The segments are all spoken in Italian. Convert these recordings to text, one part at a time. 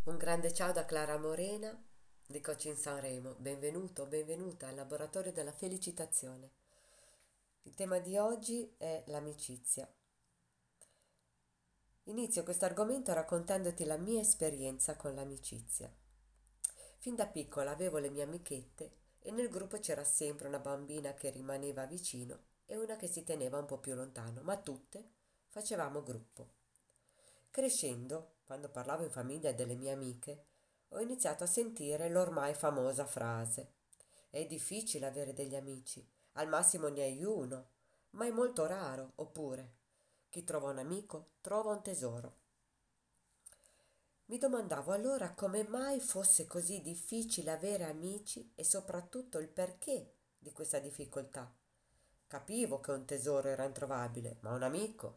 Un grande ciao da Clara Morena di Coaching Sanremo. Benvenuto, benvenuta al laboratorio della felicitazione. Il tema di oggi è l'amicizia. Inizio questo argomento raccontandoti la mia esperienza con l'amicizia. Fin da piccola avevo le mie amichette e nel gruppo c'era sempre una bambina che rimaneva vicino e una che si teneva un po' più lontano, ma tutte facevamo gruppo. Crescendo, quando parlavo in famiglia delle mie amiche, ho iniziato a sentire l'ormai famosa frase: è difficile avere degli amici, al massimo ne hai uno, ma è molto raro, oppure chi trova un amico trova un tesoro. Mi domandavo allora come mai fosse così difficile avere amici e soprattutto il perché di questa difficoltà. Capivo che un tesoro era introvabile, ma un amico?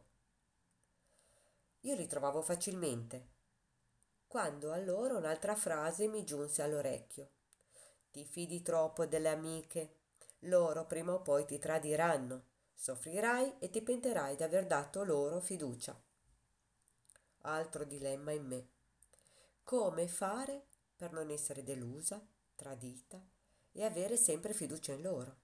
Io li trovavo facilmente, quando allora un'altra frase mi giunse all'orecchio. Ti fidi troppo delle amiche, loro prima o poi ti tradiranno, soffrirai e ti pentirai di aver dato loro fiducia. Altro dilemma in me. Come fare per non essere delusa, tradita e avere sempre fiducia in loro?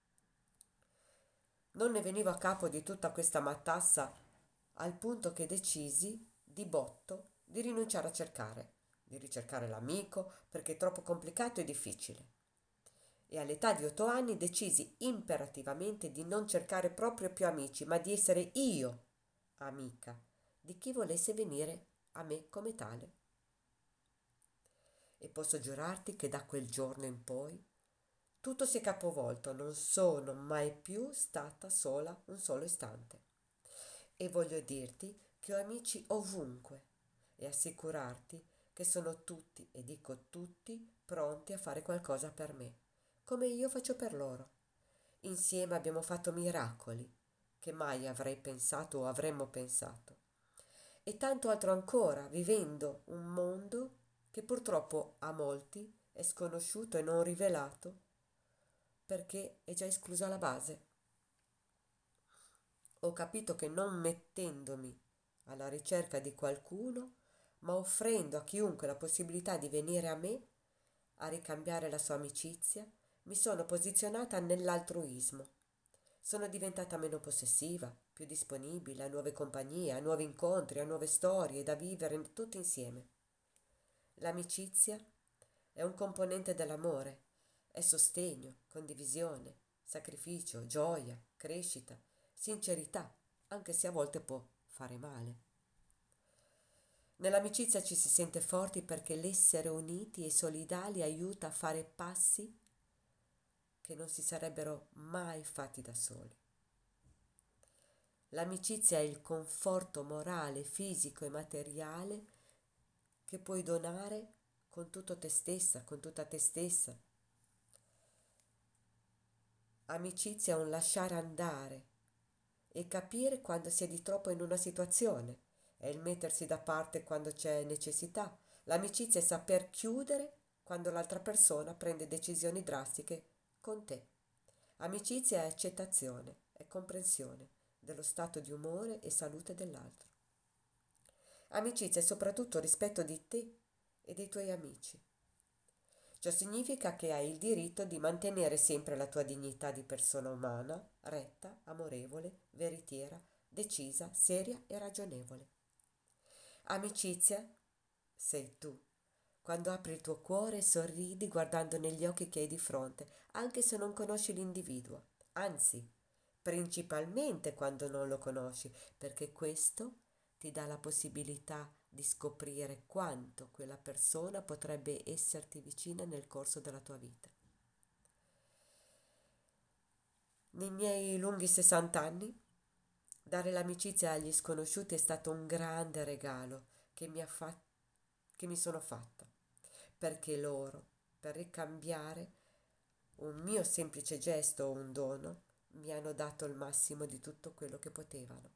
Non ne venivo a capo di tutta questa matassa al punto che decisi, di botto, di rinunciare a cercare, di ricercare l'amico perché è troppo complicato e difficile. E all'età di 8 anni decisi imperativamente di non cercare proprio più amici, ma di essere io amica di chi volesse venire a me come tale. E posso giurarti che da quel giorno in poi tutto si è capovolto, non sono mai più stata sola un solo istante. E voglio dirti che ho amici ovunque e assicurarti che sono tutti, e dico tutti, pronti a fare qualcosa per me, come io faccio per loro. Insieme abbiamo fatto miracoli che mai avrei pensato o avremmo pensato. E tanto altro ancora, vivendo un mondo che purtroppo a molti è sconosciuto e non rivelato perché è già escluso alla base. Ho capito che non mettendomi alla ricerca di qualcuno, ma offrendo a chiunque la possibilità di venire a me, a ricambiare la sua amicizia, mi sono posizionata nell'altruismo. Sono diventata meno possessiva, più disponibile a nuove compagnie, a nuovi incontri, a nuove storie da vivere tutti insieme. L'amicizia è un componente dell'amore, è sostegno, condivisione, sacrificio, gioia, crescita, sincerità, anche se a volte può fare male. Nell'amicizia ci si sente forti perché l'essere uniti e solidali aiuta a fare passi che non si sarebbero mai fatti da soli. L'amicizia è il conforto morale, fisico e materiale che puoi donare con tutto te stessa, con tutta te stessa. Amicizia è un lasciare andare e capire quando si è di troppo in una situazione, è il mettersi da parte quando c'è necessità. L'amicizia è saper chiudere quando l'altra persona prende decisioni drastiche con te. Amicizia è accettazione, è comprensione dello stato di umore e salute dell'altro. Amicizia è soprattutto rispetto di te e dei tuoi amici. Ciò significa che hai il diritto di mantenere sempre la tua dignità di persona umana, retta, amorevole, veritiera, decisa, seria e ragionevole. Amicizia sei tu, quando apri il tuo cuore e sorridi guardando negli occhi che hai di fronte, anche se non conosci l'individuo, anzi, principalmente quando non lo conosci, perché questo ti dà la possibilità di scoprire quanto quella persona potrebbe esserti vicina nel corso della tua vita. Nei miei lunghi 60 anni, dare l'amicizia agli sconosciuti è stato un grande regalo che mi sono fatta, perché loro, per ricambiare un mio semplice gesto o un dono, mi hanno dato il massimo di tutto quello che potevano.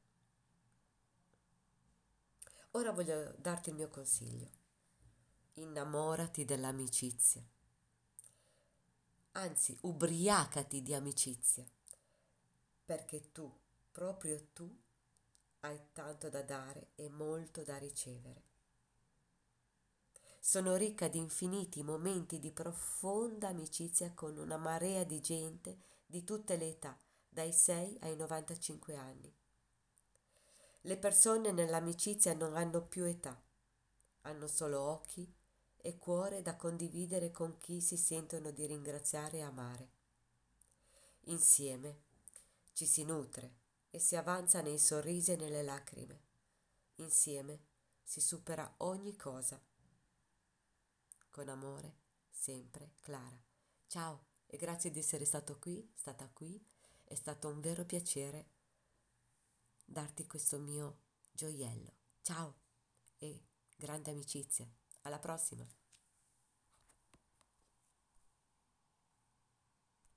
Ora voglio darti il mio consiglio. Innamorati dell'amicizia. Anzi, ubriacati di amicizia, perché tu, proprio tu, hai tanto da dare e molto da ricevere. Sono ricca di infiniti momenti di profonda amicizia con una marea di gente di tutte le età, dai 6 ai 95 anni. Le persone nell'amicizia non hanno più età, hanno solo occhi e cuore da condividere con chi si sentono di ringraziare e amare. Insieme ci si nutre e si avanza nei sorrisi e nelle lacrime. Insieme si supera ogni cosa. Con amore, sempre Clara. Ciao e grazie di essere stata qui. È stato un vero piacere darti questo mio gioiello. Ciao e grande amicizia. Alla prossima.